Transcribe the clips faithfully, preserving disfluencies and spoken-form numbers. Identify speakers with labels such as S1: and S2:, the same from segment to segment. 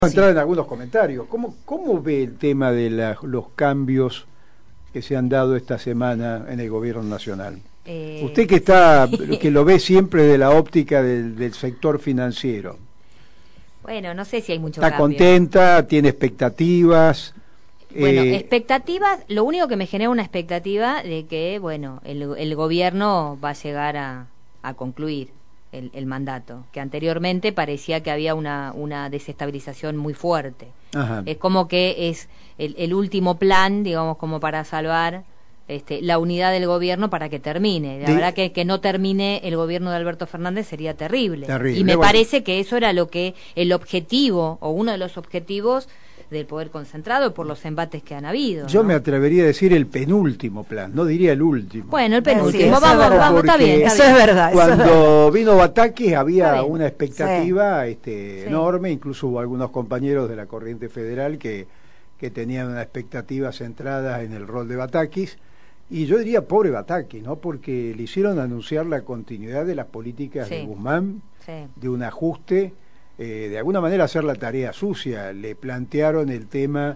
S1: Entrar en algunos comentarios. ¿Cómo, cómo ve el tema de la, los cambios que se han dado esta semana en el gobierno nacional? Eh, Usted que está, que lo ve siempre de la óptica del, del sector financiero.
S2: Bueno, no sé si hay mucho
S1: ¿Está
S2: cambio.
S1: contenta? ¿Tiene expectativas?
S2: Bueno,
S1: eh,
S2: expectativas, lo único que me genera una expectativa de que, bueno, el, el gobierno va a llegar a, a concluir el, el mandato, que anteriormente parecía que había una, una desestabilización muy fuerte.
S1: Ajá.
S2: Es como que es el, el último plan, digamos, como para salvar este, la unidad del gobierno para que termine. La
S1: de...
S2: verdad que que no termine el gobierno de Alberto Fernández sería terrible.
S1: terrible.
S2: Y me
S1: bueno.
S2: parece que eso era lo que el objetivo, o uno de los objetivos del poder concentrado por los embates que han habido.
S1: Yo
S2: ¿no?
S1: me atrevería a decir el penúltimo plan, no diría el último.
S2: Bueno, el penúltimo,
S1: sí,
S2: vamos, vamos, está bien. Está
S3: eso
S2: bien.
S3: es verdad.
S1: Cuando
S3: eso es verdad.
S1: vino Batakis había una expectativa
S2: sí.
S1: este,
S2: sí.
S1: enorme, incluso hubo algunos compañeros de la corriente federal que, que tenían una expectativa centrada en el rol de Batakis, y yo diría pobre Batakis, ¿no? Porque le hicieron anunciar la continuidad de las políticas sí. de Guzmán, sí. de un ajuste, Eh, de alguna manera hacer la tarea sucia. Le plantearon el tema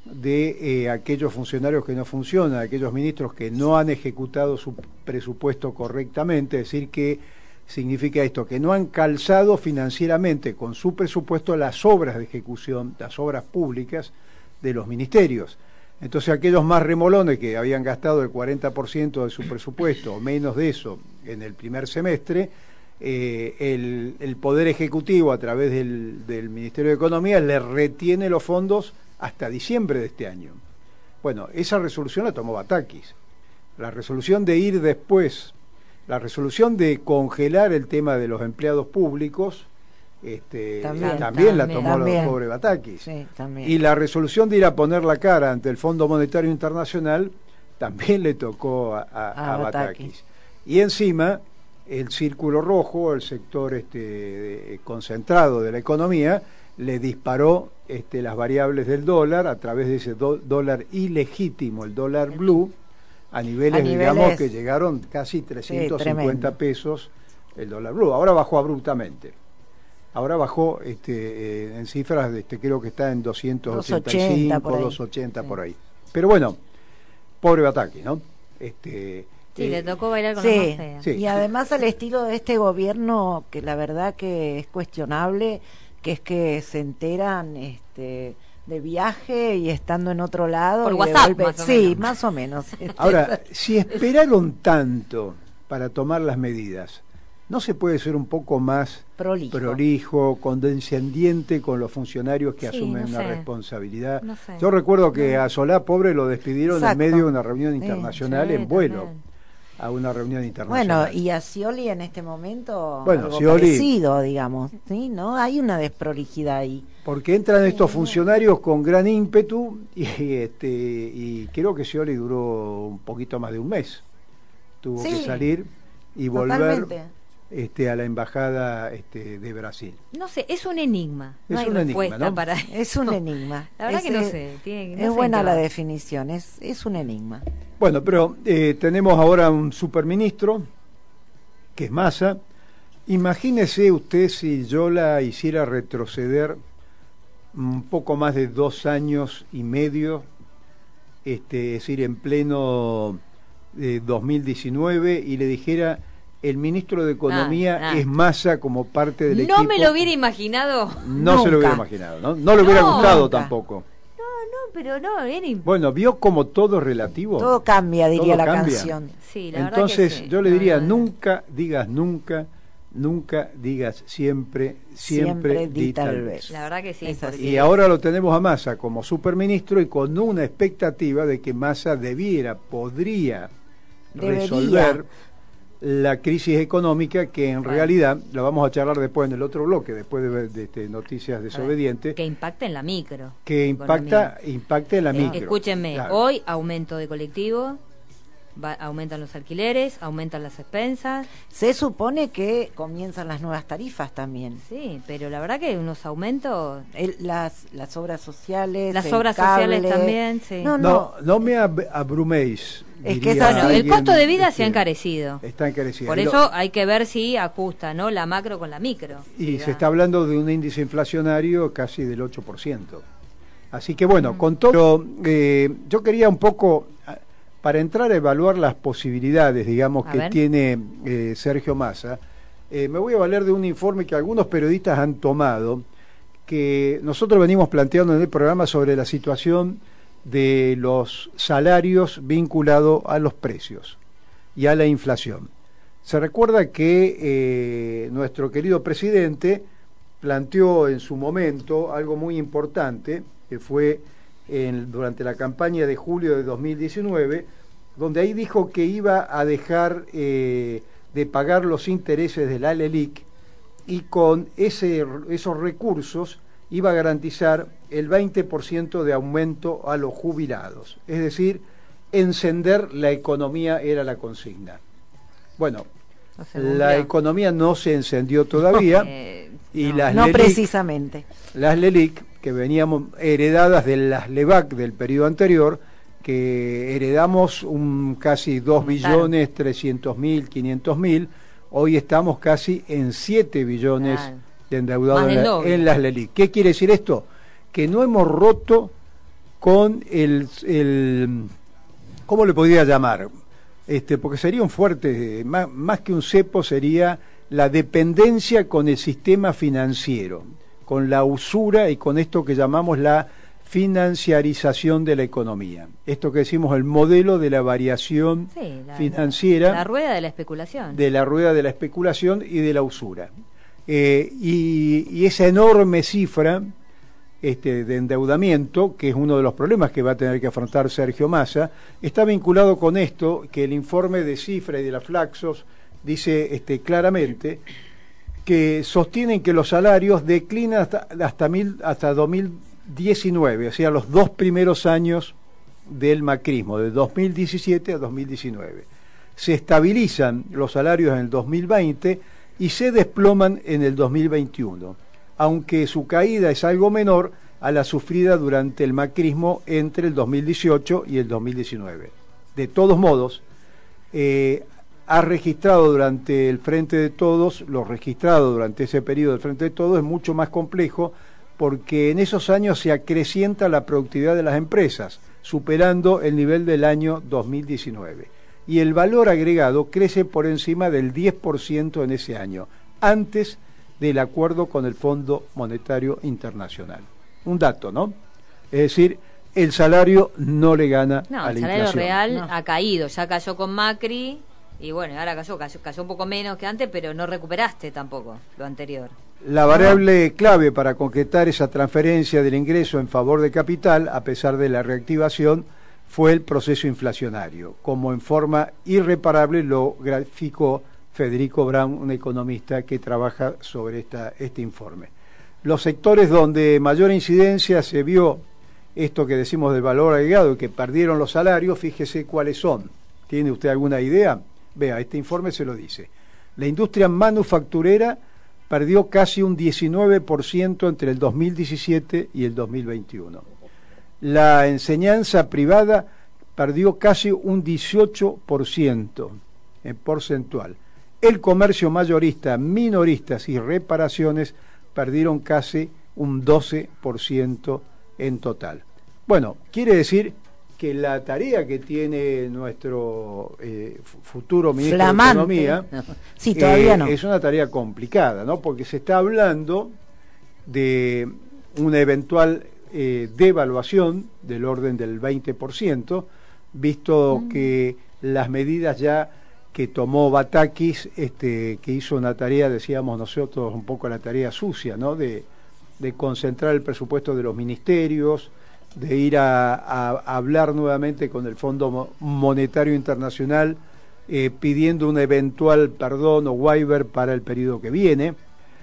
S1: de eh, aquellos funcionarios que no funcionan, aquellos ministros que no han ejecutado su presupuesto correctamente, es decir, que significa esto, que no han calzado financieramente con su presupuesto las obras de ejecución, las obras públicas de los ministerios. Entonces aquellos más remolones que habían gastado el cuarenta por ciento de su presupuesto o menos de eso en el primer semestre, Eh, el, el Poder Ejecutivo a través del, del Ministerio de Economía le retiene los fondos hasta diciembre de este año. Bueno, esa resolución la tomó Batakis. La resolución de ir después, la resolución de congelar el tema de los empleados públicos, este, también, también, también la tomó también. el pobre Batakis.
S3: Sí,
S1: y la resolución de ir a poner la cara ante el Fondo Monetario Internacional también le tocó a, a, a, a Batakis. Y encima el círculo rojo, el sector este, de, concentrado de la economía, le disparó este, las variables del dólar a través de ese do, dólar ilegítimo, el dólar blue, a niveles, a niveles digamos, que llegaron casi trescientos cincuenta sí, pesos el dólar blue. Ahora bajó abruptamente. Ahora bajó este, eh, en cifras, de, este, creo que está en doscientos ochenta y cinco, doscientos ochenta por ahí. Pero bueno, pobre Batakis, ¿no? Este...
S2: Sí, eh, le tocó bailar con
S3: sí,
S2: la más fea.
S3: Sí. Y además al estilo de este gobierno, que la verdad que es cuestionable, que es que se enteran este, de viaje y estando en otro lado.
S2: Por
S3: y
S2: WhatsApp,
S3: devuelve,
S2: más o
S3: sí,
S2: menos.
S3: más o menos.
S1: Ahora, si esperaron tanto para tomar las medidas, ¿no se puede ser un poco más
S3: prolijo,
S1: prolijo condescendiente con los funcionarios que
S2: sí,
S1: asumen
S2: no
S1: una
S2: sé.
S1: responsabilidad?
S2: No sé.
S1: Yo recuerdo que
S2: no.
S1: a Solá, pobre, lo despidieron
S3: Exacto.
S1: en medio de una reunión internacional
S2: sí,
S1: en vuelo.
S2: También.
S1: A una reunión internacional.
S3: Bueno, y a Scioli en este momento
S1: bueno,
S3: algo
S1: Scioli,
S3: parecido, digamos, ¿sí? ¿No? Hay una desprolijidad ahí.
S1: Porque entran estos funcionarios con gran ímpetu y, este, y creo que Scioli duró un poquito más de un mes. Tuvo
S3: sí,
S1: que salir y volver
S3: totalmente.
S1: este, a la embajada este, de Brasil.
S2: No sé, es un enigma. No
S1: es
S2: hay
S1: un
S2: respuesta
S1: enigma, ¿no?
S2: para
S3: Es un enigma.
S2: La verdad
S3: es,
S2: que no sé. Tiene, no
S3: es
S2: sé
S3: buena la
S2: va.
S3: definición, es, es un enigma.
S1: Bueno, pero eh, tenemos ahora un superministro, que es Massa. Imagínese usted si yo la hiciera retroceder un poco más de dos años y medio, este, es decir, en pleno eh, dos mil diecinueve, y le dijera, el ministro de Economía
S2: ah, ah.
S1: es Massa como parte del
S2: no
S1: equipo.
S2: No me lo hubiera imaginado.
S1: No
S3: Nunca.
S1: se lo hubiera imaginado, ¿no? No le hubiera
S2: no,
S1: gustado
S3: nunca.
S1: tampoco.
S2: No, pero no, era imp...
S1: Bueno, ¿vio como todo es relativo?
S3: Todo cambia, diría
S1: Todo
S3: la
S1: cambia.
S3: canción.
S2: Sí, la
S1: Entonces
S2: verdad que sí.
S1: yo le diría,
S2: no, no, no.
S1: nunca digas nunca, nunca digas siempre, siempre,
S3: Siempre
S1: di tal
S3: tal
S1: vez.
S3: vez.
S2: La verdad que sí.
S3: Es así.
S1: Y ahora lo tenemos a Massa como superministro y con una expectativa de que Massa debiera, podría
S3: Debería.
S1: resolver la crisis económica, que en
S2: bueno.
S1: realidad la vamos a charlar después en el otro bloque, después de, ver de, este, noticias desobedientes,
S2: que impacta en la micro.
S1: que impacta, impacta en la
S2: eh,
S1: micro.
S2: Escúchenme,
S1: claro.
S2: Hoy aumento de colectivo, va, aumentan los alquileres, aumentan las expensas.
S3: Se supone que comienzan las nuevas tarifas también.
S2: Sí, pero la verdad que hay unos aumentos.
S3: El, las, las obras sociales.
S2: Las
S3: el
S2: obras
S3: cable.
S2: sociales también, sí.
S3: No,
S1: No,
S3: no,
S1: no me ab abruméis.
S3: Es que
S1: diría
S3: es así.
S2: Bueno, el costo de vida
S1: este,
S2: se ha encarecido.
S1: Está encarecido.
S2: Por
S1: Y lo-
S2: eso hay que ver si ajusta, ¿no? La macro con la micro.
S1: Y
S2: Diga.
S1: se está hablando de un índice inflacionario casi del ocho por ciento. Así que bueno,
S2: Mm.
S1: con todo, eh, yo quería un poco, ah, para entrar a evaluar las posibilidades, digamos,
S2: A
S1: que
S2: ver.
S1: tiene eh, Sergio Massa, eh, me voy a valer de un informe que algunos periodistas han tomado, que nosotros venimos planteando en el programa sobre la situación de los salarios vinculados a los precios y a la inflación. Se recuerda que eh, nuestro querido presidente planteó en su momento algo muy importante, que fue en, durante la campaña de julio de dos mil diecinueve, donde ahí dijo que iba a dejar eh, de pagar los intereses del ALELIC y con ese, esos recursos iba a garantizar el veinte por ciento de aumento a los jubilados. Es decir, encender la economía era la consigna. Bueno,
S2: No se
S1: la
S2: cumplió.
S1: economía no se encendió todavía
S2: Eh,
S1: y
S2: no.
S1: las
S3: No
S1: LELIC,
S3: precisamente.
S1: las LELIC, que veníamos heredadas de las LEVAC del periodo anterior, que heredamos un casi dos
S2: Aumentaron.
S1: billones trescientos mil, quinientos mil, hoy estamos casi en siete billones
S2: Claro.
S1: de endeudados
S2: Más
S1: en,
S2: del
S1: la-
S2: doble.
S1: en las LELIC. ¿Qué quiere decir esto? Que no hemos roto con el, el ¿cómo le podría llamar? Este, porque sería un fuerte, más, más que un cepo, sería la dependencia con el sistema financiero, con la usura y con esto que llamamos la financiarización de la economía. Esto que decimos el modelo de la variación
S2: Sí, la-
S1: financiera,
S2: La rueda de la especulación.
S1: de la rueda de la especulación y de la usura. Eh, y, y esa enorme cifra este, de endeudamiento, que es uno de los problemas que va a tener que afrontar Sergio Massa, está vinculado con esto, que el informe de Cifra y de la Flaxos dice este, claramente que sostienen que los salarios declinan hasta, hasta, mil, hasta dos mil diecinueve, o sea, los dos primeros años del macrismo, de dos mil diecisiete a dos mil diecinueve. Se estabilizan los salarios en el dos mil veinte y se desploman en el dos mil veintiuno, aunque su caída es algo menor a la sufrida durante el macrismo entre el dos mil dieciocho y el dos mil diecinueve. De todos modos, eh, ha registrado durante el Frente de Todos, lo registrado durante ese periodo del Frente de Todos es mucho más complejo porque en esos años se acrecienta la productividad de las empresas, superando el nivel del año dos mil diecinueve. Y el valor agregado crece por encima del diez por ciento en ese año, antes del acuerdo con el Fondo Monetario Internacional. Un dato, ¿no? Es decir, el salario no le gana
S2: No,
S1: a la
S2: el salario
S1: inflación.
S2: real
S3: No.
S2: ha caído, ya cayó con Macri y bueno, ahora cayó, cayó, cayó un poco menos que antes, pero no recuperaste tampoco lo anterior.
S1: La variable clave para concretar esa transferencia del ingreso en favor de capital, a pesar de la reactivación, fue el proceso inflacionario, como en forma irreparable lo graficó Federico Brown, un economista que trabaja sobre esta, este informe. Los sectores donde mayor incidencia se vio esto que decimos del valor agregado y que perdieron los salarios, fíjese cuáles son. ¿Tiene usted alguna idea? Vea, este informe se lo dice. La industria manufacturera perdió casi un diecinueve por ciento entre el dos mil diecisiete y el dos mil veintiuno. La enseñanza privada perdió casi un dieciocho por ciento en porcentual. El comercio mayorista, minoristas y reparaciones perdieron casi un doce por ciento en total. Bueno, quiere decir que la tarea que tiene nuestro eh, futuro ministro
S3: Flamante.
S1: de Economía
S3: Sí, todavía
S1: eh,
S3: no.
S1: es una tarea complicada, ¿no? Porque se está hablando de una eventual eh, devaluación del orden del veinte por ciento, visto
S2: Mm.
S1: que las medidas ya que tomó Batakis, este, que hizo una tarea, decíamos nosotros, un poco la tarea sucia, ¿no? De, de concentrar el presupuesto de los ministerios, de ir a, a, a hablar nuevamente con el Fondo Monetario Internacional eh, pidiendo un eventual perdón o waiver para el periodo que viene.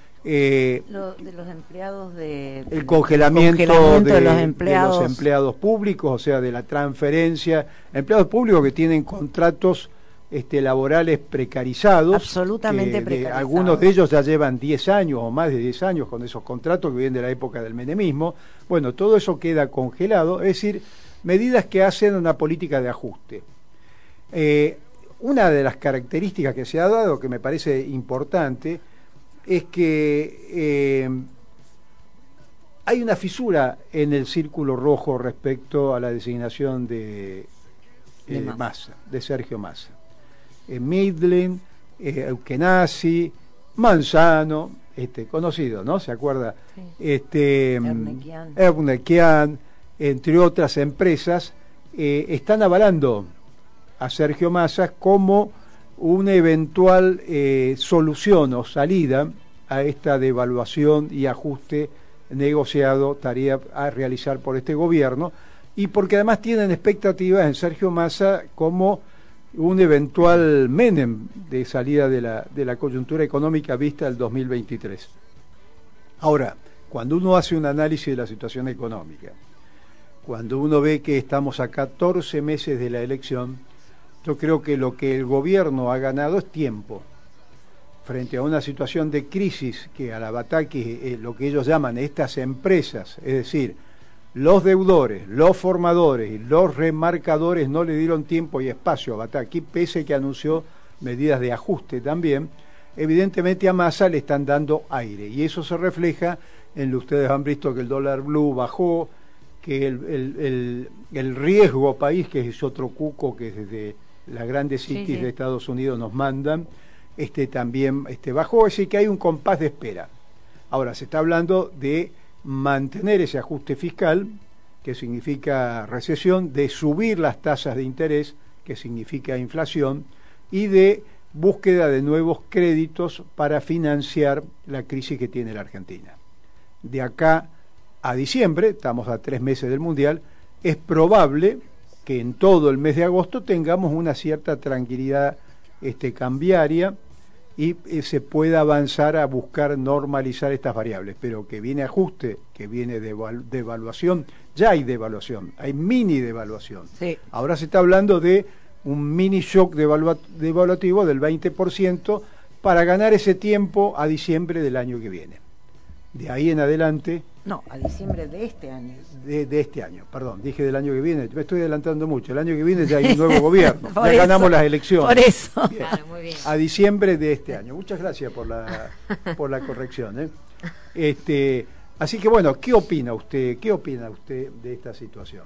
S1: Eh,
S3: Lo de los empleados de
S1: el congelamiento,
S3: congelamiento
S1: de,
S3: de los
S1: de
S3: empleados.
S1: los empleados públicos, o sea, de la transferencia, empleados públicos que tienen contratos este, laborales precarizados.
S3: Absolutamente
S1: que de-
S3: precarizados.
S1: algunos de ellos ya llevan diez años o más de diez años con esos contratos que vienen de la época del menemismo. Bueno, todo eso queda congelado, es decir, medidas que hacen una política de ajuste. Eh, una de las características que se ha dado, que me parece importante, es que eh, hay una fisura en el círculo rojo respecto a la designación de,
S3: de
S1: eh,
S3: Massa.
S1: Massa, de Sergio Massa. Eh, Midland, eh, Eukenasi, Manzano, este, conocido, ¿no? ¿Se acuerda?
S2: Sí.
S1: Este,
S3: Ernequian.
S1: Ernequian, entre otras empresas, eh, están avalando a Sergio Massa como una eventual eh, solución o salida a esta devaluación y ajuste negociado, tarea a realizar por este gobierno, y porque además tienen expectativas en Sergio Massa como un eventual Menem de salida de la, de la coyuntura económica vista el dos mil veintitrés. Ahora, cuando uno hace un análisis de la situación económica, cuando uno ve que estamos a catorce meses de la elección, yo creo que lo que el gobierno ha ganado es tiempo frente a una situación de crisis que a la Bataki, eh, lo que ellos llaman estas empresas, es decir, los deudores, los formadores y los remarcadores no le dieron tiempo y espacio a Bataki, pese que anunció medidas de ajuste también. Evidentemente a Massa le están dando aire, y eso se refleja en lo que ustedes han visto, que el dólar blue bajó, que el, el, el, el riesgo país, que es otro cuco que desde las grandes cities sí, sí. de Estados Unidos nos mandan, este también este bajó, es decir que hay un compás de espera. Ahora se está hablando de mantener ese ajuste fiscal, que significa recesión, de subir las tasas de interés, que significa inflación, y de búsqueda de nuevos créditos para financiar la crisis que tiene la Argentina. De acá a diciembre, estamos a tres meses del Mundial, es probable que en todo el mes de agosto tengamos una cierta tranquilidad este, cambiaria y eh, se pueda avanzar a buscar normalizar estas variables, pero que viene ajuste, que viene devalu devaluación, ya hay devaluación, hay mini devaluación. Sí. Ahora se está hablando de un mini shock devalu devaluativo del veinte por ciento para ganar ese tiempo a diciembre del año que viene. De ahí en adelante...
S3: No, a diciembre de este año.
S1: De, de este año, perdón, dije del año que viene, me estoy adelantando mucho. El año que viene ya hay un nuevo gobierno, ya eso, ganamos las elecciones.
S3: Por eso.
S2: Claro, muy bien.
S1: A diciembre de este año. Muchas gracias por la, por la corrección. ¿eh? Este, así que bueno, ¿qué opina usted? ¿Qué opina usted de esta situación?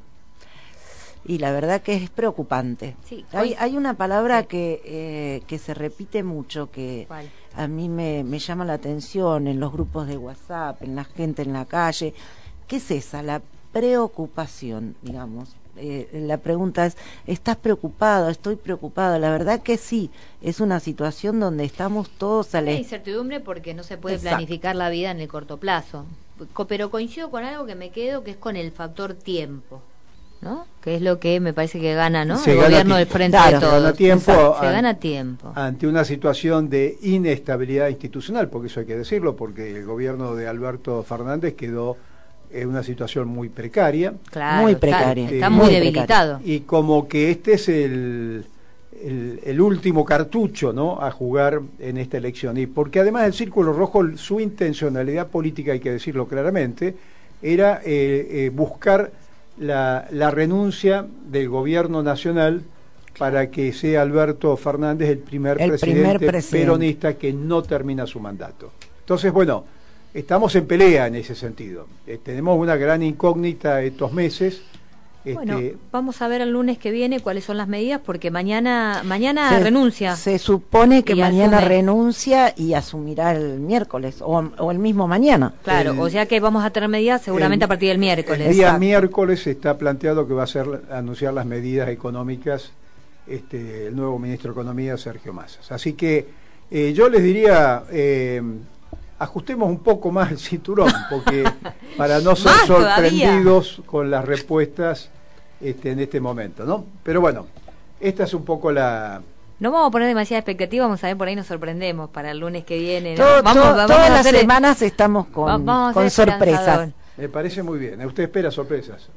S3: Y la verdad que es preocupante. Sí, hay, hay una palabra sí. que, eh, que se repite mucho, que ¿cuál? A mí me, me llama la atención en los grupos de WhatsApp, en la gente en la calle. ¿Qué es esa? La preocupación, digamos. Eh, la pregunta es, ¿estás preocupado? Estoy preocupado. La verdad que sí, es una situación donde estamos todos a la...
S2: Hay incertidumbre porque no se puede
S3: Exacto.
S2: planificar la vida en el corto plazo. Pero coincido con algo que me quedo, que es con el factor tiempo, ¿no? Que es lo que me parece que gana, ¿no?
S1: Se
S2: el
S1: gana
S2: gobierno del frente
S1: claro,
S2: de todos.
S1: Se gana tiempo,
S2: Exacto, se
S1: an,
S2: gana tiempo.
S1: Ante una situación de inestabilidad institucional, porque eso hay que decirlo, porque el gobierno de Alberto Fernández quedó en una situación muy precaria.
S2: Claro,
S3: muy precaria.
S2: Está, está muy, muy debilitado.
S1: Y como que este es el, el, el último cartucho, ¿no?, a jugar en esta elección. Y porque además el Círculo Rojo, su intencionalidad política, hay que decirlo claramente, era eh, eh, buscar La, la renuncia del gobierno nacional para que sea Alberto Fernández el primer,
S3: el
S1: presidente,
S3: primer presidente
S1: peronista que no termina su mandato. Entonces, bueno, estamos en pelea en ese sentido. Eh, tenemos una gran incógnita estos meses.
S2: Bueno,
S1: este,
S2: vamos a ver el lunes que viene cuáles son las medidas, porque mañana mañana
S3: se,
S2: renuncia.
S3: Se supone que mañana
S2: asume. renuncia
S3: y asumirá el miércoles o, o el mismo mañana.
S2: Claro,
S1: el,
S2: o sea que vamos a tener medidas seguramente
S1: el,
S2: a partir del miércoles.
S1: El día
S2: Exacto.
S1: miércoles está planteado que va a ser anunciar las medidas económicas este, el nuevo ministro de Economía, Sergio Massa. Así que eh, yo les diría... Eh, ajustemos un poco más el cinturón, porque para no ser sorprendidos todavía. Con las respuestas este, en este momento, ¿no? Pero bueno, esta es un poco la...
S2: No vamos a poner demasiada expectativa, vamos a ver, por ahí nos sorprendemos para el lunes que viene, ¿no?
S3: Todo,
S2: vamos,
S3: todo,
S2: vamos
S3: todas
S2: a
S3: las
S2: hacer...
S3: semanas estamos con, con sorpresas.
S1: Me parece muy bien. ¿Usted espera sorpresas?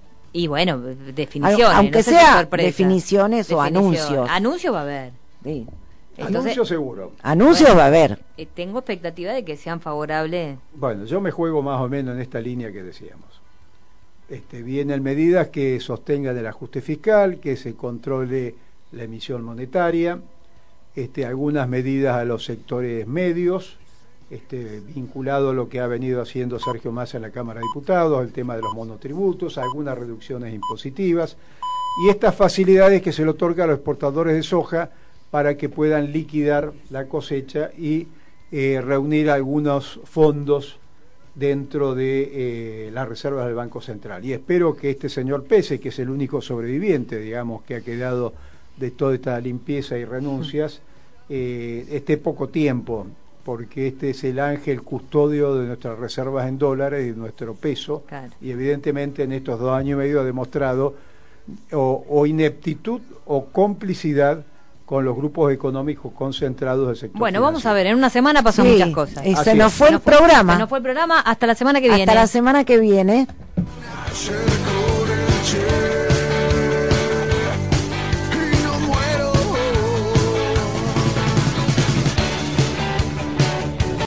S2: Y bueno, definiciones.
S3: Aunque
S2: no sé
S3: sea
S2: si
S3: definiciones o anuncios.
S2: Anuncio va a haber.
S3: Sí.
S1: Entonces, anuncio seguro.
S3: Anuncios
S2: bueno,
S3: va a haber.
S2: Eh, tengo expectativa de que sean favorables.
S1: Bueno, yo me juego más o menos en esta línea que decíamos. Este, vienen medidas que sostengan el ajuste fiscal, que se controle la emisión monetaria, este, algunas medidas a los sectores medios, este, vinculado a lo que ha venido haciendo Sergio Massa en la Cámara de Diputados, el tema de los monotributos, algunas reducciones impositivas y estas facilidades que se le otorga a los exportadores de soja para que puedan liquidar la cosecha y eh, reunir algunos fondos dentro de eh, las reservas del Banco Central. Y espero que este señor Pese, que es el único sobreviviente, digamos, que ha quedado de toda esta limpieza y renuncias, eh, esté poco tiempo, porque este es el ángel custodio de nuestras reservas en dólares y de nuestro peso, claro. Y evidentemente en estos dos años y medio ha demostrado o, o ineptitud o complicidad con los grupos económicos concentrados del sector
S2: Bueno,
S1: financiero.
S2: Vamos a ver, en una semana pasan sí, muchas cosas.
S3: Y se nos fue el programa.
S2: Se nos fue el programa hasta la semana que viene.
S3: Hasta la semana que viene.